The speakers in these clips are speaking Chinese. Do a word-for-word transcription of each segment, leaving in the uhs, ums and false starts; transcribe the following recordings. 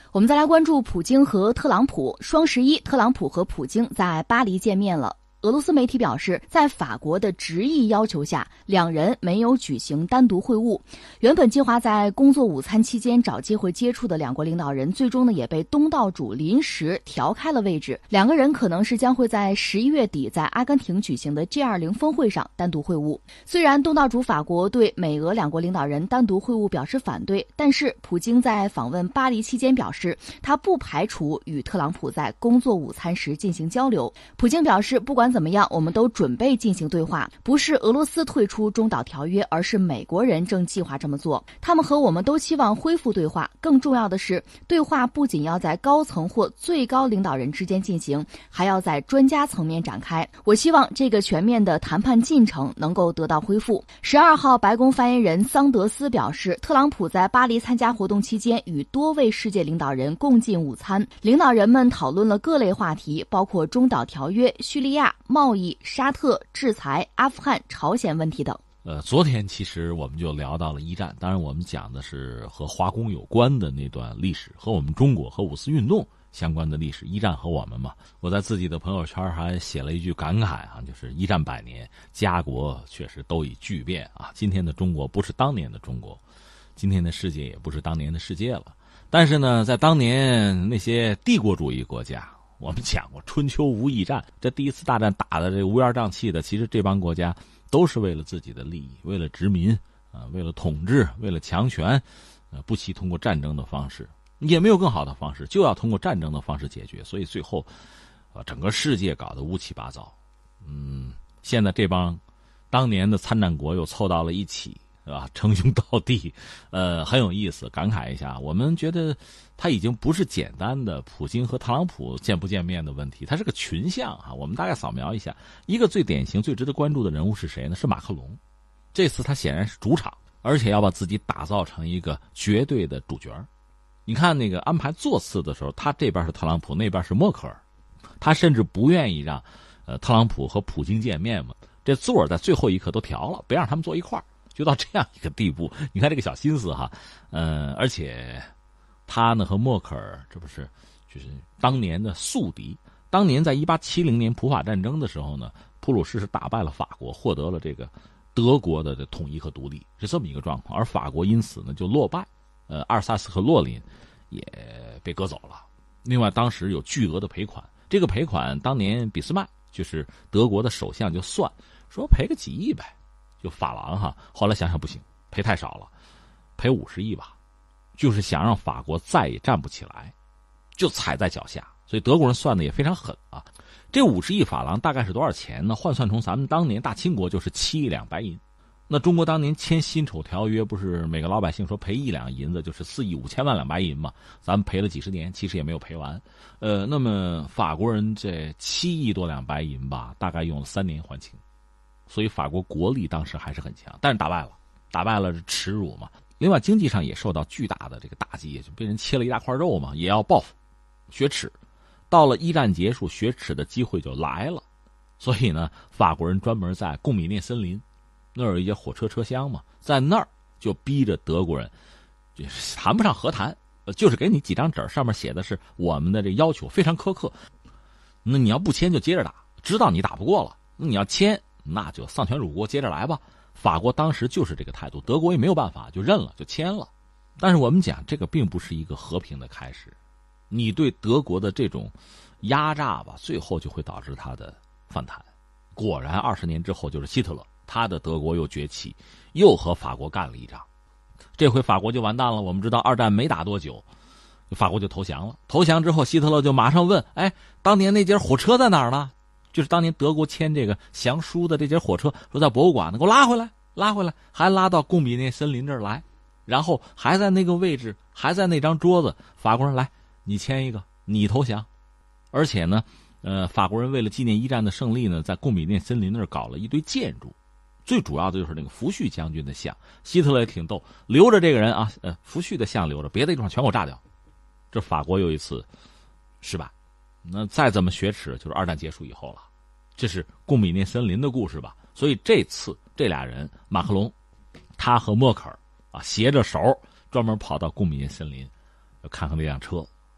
我们再来关注普京和特朗普。双十一，特朗普和普京在巴黎见面了。俄罗斯媒体表示，在法国的执意要求下，两人没有举行单独会晤。原本计划在工作午餐期间找机会接触的两国领导人，最终呢也被东道主临时调开了位置。两个人可能是将会在十一月底在阿根廷举行的 G 二十 峰会上单独会晤。虽然东道主法国对美俄两国领导人单独会晤表示反对，但是普京在访问巴黎期间表示，他不排除与特朗普在工作午餐时进行交流。普京表示，不管怎么样，我们都准备进行对话，不是俄罗斯退出中导条约，而是美国人正计划这么做。他们和我们都期望恢复对话，更重要的是，对话不仅要在高层或最高领导人之间进行，还要在专家层面展开。我希望这个全面的谈判进程能够得到恢复。十二号，白宫发言人桑德斯表示，特朗普在巴黎参加活动期间与多位世界领导人共进午餐，领导人们讨论了各类话题，包括中导条约、叙利亚、贸易、沙特、制裁、阿富汗、朝鲜问题等。 呃，昨天其实我们就聊到了一战，当然我们讲的是和华工有关的那段历史，和我们中国和五四运动相关的历史，一战和我们嘛。我在自己的朋友圈还写了一句感慨啊，就是一战百年，家国确实都已巨变啊。今天的中国不是当年的中国，今天的世界也不是当年的世界了。但是呢，在当年那些帝国主义国家，我们讲过春秋无义战，这第一次大战打的这乌烟瘴气的，其实这帮国家都是为了自己的利益，为了殖民啊，为了统治，为了强权，呃，不惜通过战争的方式，也没有更好的方式，就要通过战争的方式解决。所以最后，呃，整个世界搞得乌七八糟。嗯，现在这帮当年的参战国又凑到了一起，是吧？称兄道弟，呃，很有意思。感慨一下，我们觉得他已经不是简单的普京和特朗普见不见面的问题，它是个群像啊。我们大概扫描一下，一个最典型、最值得关注的人物是谁呢？是马克龙。这次他显然是主场，而且要把自己打造成一个绝对的主角。你看那个安排座次的时候，他这边是特朗普，那边是默克尔，他甚至不愿意让呃特朗普和普京见面嘛，这座在最后一刻都调了，别让他们坐一块儿。就到这样一个地步，你看这个小心思哈，呃，而且他呢和默克尔这不是就是当年的宿敌。当年在一八七零年普法战争的时候呢，普鲁士是打败了法国，获得了这个德国的统一和独立，是这么一个状况。而法国因此呢就落败，呃，阿尔萨斯和洛林也被割走了。另外，当时有巨额的赔款，这个赔款当年俾斯麦就是德国的首相就算说赔个几亿呗。就法郎哈，后来想想不行，赔太少了，赔五十亿吧，就是想让法国再也站不起来，就踩在脚下。所以德国人算的也非常狠啊。这五十亿法郎大概是多少钱呢？换算成咱们当年大清国就是七亿两白银。那中国当年签辛丑条约，不是每个老百姓说赔一两银子就是四亿五千万两白银嘛？咱们赔了几十年，其实也没有赔完。呃，那么法国人这七亿多两白银吧，大概用了三年还清。所以法国国力当时还是很强，但是打败了，打败了是耻辱嘛。另外经济上也受到巨大的这个打击，就被人切了一大块肉嘛，也要报复，雪耻。到了一战结束，雪耻的机会就来了。所以呢，法国人专门在贡米涅森林那儿有一些火车车厢嘛，在那儿就逼着德国人，就是谈不上和谈，就是给你几张纸，上面写的是我们的这要求非常苛刻。那你要不签就接着打，知道你打不过了，那你要签。那就丧权辱国，接着来吧。法国当时就是这个态度，德国也没有办法，就认了，就签了。但是我们讲，这个并不是一个和平的开始。你对德国的这种压榨吧，最后就会导致他的反弹。果然，二十年之后就是希特勒，他的德国又崛起，又和法国干了一仗。这回法国就完蛋了。我们知道，二战没打多久，法国就投降了。投降之后，希特勒就马上问：哎，当年那节火车在哪儿呢？就是当年德国签这个降书的这节火车，说在博物馆呢，给我拉回来，拉回来，还拉到贡比涅森林这儿来，然后还在那个位置，还在那张桌子，法国人来，你签一个，你投降。而且呢，呃，法国人为了纪念一战的胜利呢，在贡比涅森林那儿搞了一堆建筑，最主要的就是那个福煦将军的像。希特勒也挺逗，留着这个人啊，呃，福煦的像留着，别的地方全给我炸掉。这法国有一次失败。那再怎么雪耻，就是二战结束以后了。这是贡比涅森林的故事吧？所以这次这俩人，马克龙，他和默克尔啊，携着手专门跑到贡比涅森林，看看那辆车，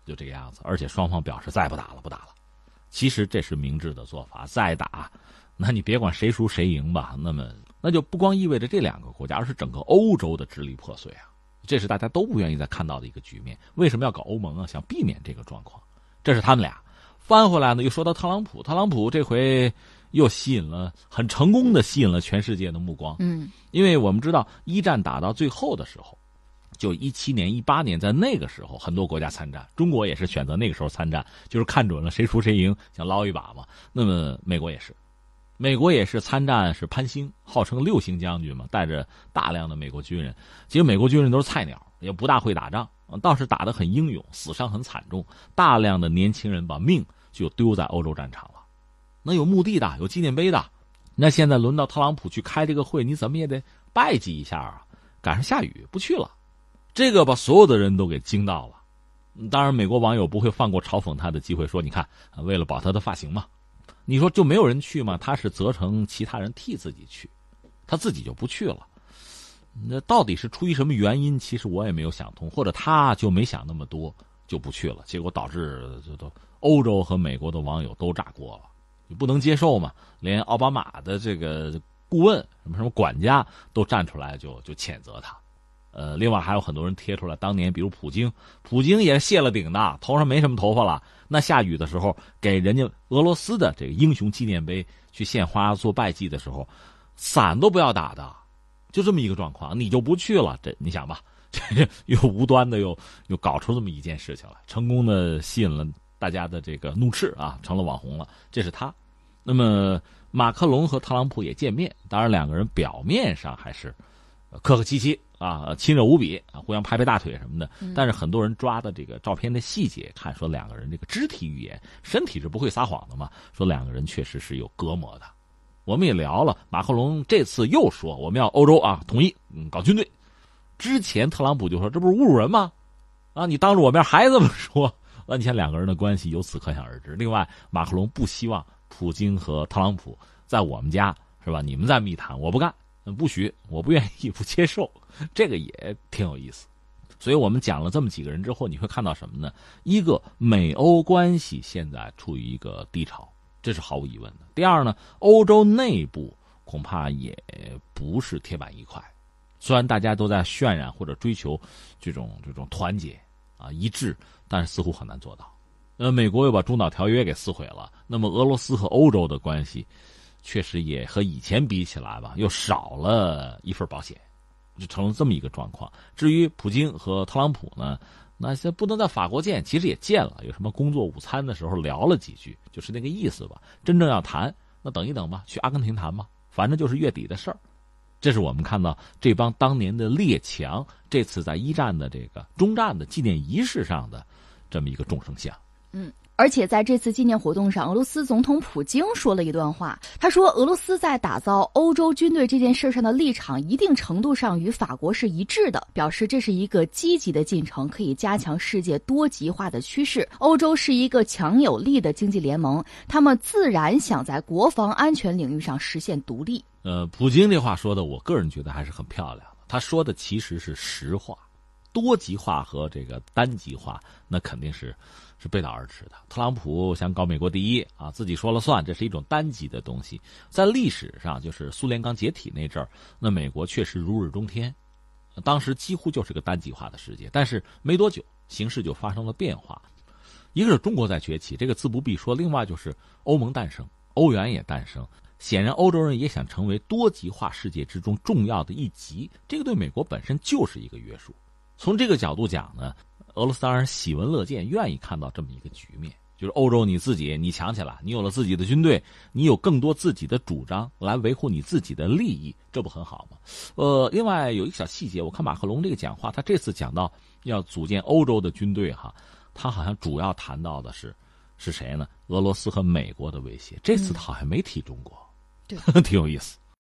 就这个样子。而且双方表示再不打了，不打了。其实这是明智的做法，再打，那你别管谁输谁赢吧，那么那就不光意味着这两个国家，而是整个欧洲的支离破碎啊。这是大家都不愿意再看到的一个局面。为什么要搞欧盟啊？想避免这个状况。这是他们俩。翻回来呢，又说到特朗普，特朗普这回又吸引了很成功的吸引了全世界的目光。 嗯， 因为我们知道一战打到最后的时候，就一七年、一八年，在那个时候，很多国家参战，中国也是选择那个时候参战，就是看准了谁输谁赢，想捞一把嘛。那么美国也是，美国也是参战，是潘兴，号称六星将军嘛，带着大量的美国军人。其实美国军人都是菜鸟，也不大会打仗，倒是打得很英勇，死伤很惨重，大量的年轻人把命就丢在欧洲战场了。那有墓地的，有纪念碑的。那现在轮到特朗普去开这个会，你怎么也得拜祭一下啊。赶上下雨不去了，这个把所有的人都给惊到了。当然美国网友不会放过嘲讽他的机会，说你看为了保他的发型嘛，你说就没有人去吗？他是责成其他人替自己去，他自己就不去了。那到底是出于什么原因？其实我也没有想通，或者他就没想那么多就不去了，结果导致这都欧洲和美国的网友都炸锅了，你不能接受嘛。连奥巴马的这个顾问什么什么管家都站出来就就谴责他。呃，另外还有很多人贴出来，当年比如普京，普京也卸了顶的，头上没什么头发了，那下雨的时候给人家俄罗斯的这个英雄纪念碑去献花做拜祭的时候，伞都不要打的，就这么一个状况，你就不去了，这你想吧，这又无端的又又搞出这么一件事情来，成功的吸引了大家的这个怒斥啊，成了网红了，这是他。那么马克龙和特朗普也见面，当然两个人表面上还是客客气气啊，亲热无比啊，互相拍拍大腿什么的。但是很多人抓的这个照片的细节看，说两个人这个肢体语言，身体是不会撒谎的嘛，说两个人确实是有隔膜的。我们也聊了，马克龙这次又说我们要欧洲啊统一，嗯，搞军队。之前特朗普就说这不是侮辱人吗？啊，你当着我面还这么说，那你看两个人的关系由此可想而知。另外，马克龙不希望普京和特朗普在我们家是吧？你们在密谈，我不干。不许，我不愿意，不接受，这个也挺有意思。所以我们讲了这么几个人之后，你会看到什么呢？一个，美欧关系现在处于一个低潮，这是毫无疑问的。第二呢，欧洲内部恐怕也不是铁板一块，虽然大家都在渲染或者追求这种这种团结啊一致，但是似乎很难做到。呃，美国又把中导条约给撕毁了，那么俄罗斯和欧洲的关系确实也和以前比起来吧，又少了一份保险，就成了这么一个状况。至于普京和特朗普呢，那现在不能在法国见，其实也见了，有什么工作午餐的时候聊了几句，就是那个意思吧。真正要谈，那等一等吧，去阿根廷谈吧，反正就是月底的事儿。这是我们看到这帮当年的列强，这次在一战的这个终战的纪念仪式上的这么一个众生相。 嗯。而且在这次纪念活动上，俄罗斯总统普京说了一段话。他说，俄罗斯在打造欧洲军队这件事上的立场，一定程度上与法国是一致的，表示这是一个积极的进程，可以加强世界多极化的趋势。欧洲是一个强有力的经济联盟，他们自然想在国防安全领域上实现独立。 呃，普京这话说的，我个人觉得还是很漂亮的。他说的其实是实话，多极化和这个单极化，那肯定是。是背道而驰的。特朗普想搞美国第一啊，自己说了算，这是一种单极的东西。在历史上，就是苏联刚解体那阵儿，那美国确实如日中天，当时几乎就是个单极化的世界。但是没多久，形势就发生了变化。一个是中国在崛起，这个自不必说；另外就是欧盟诞生，欧元也诞生。显然，欧洲人也想成为多极化世界之中重要的一极，这个对美国本身就是一个约束。从这个角度讲呢，俄罗斯当然喜闻乐见，愿意看到这么一个局面，就是欧洲你自己你强起来，你有了自己的军队，你有更多自己的主张来维护你自己的利益，这不很好吗？呃，另外有一个小细节，我看马克龙这个讲话，他这次讲到要组建欧洲的军队哈，他好像主要谈到的是是谁呢？俄罗斯和美国的威胁，这次他好像没提中国， 对， 挺有意思。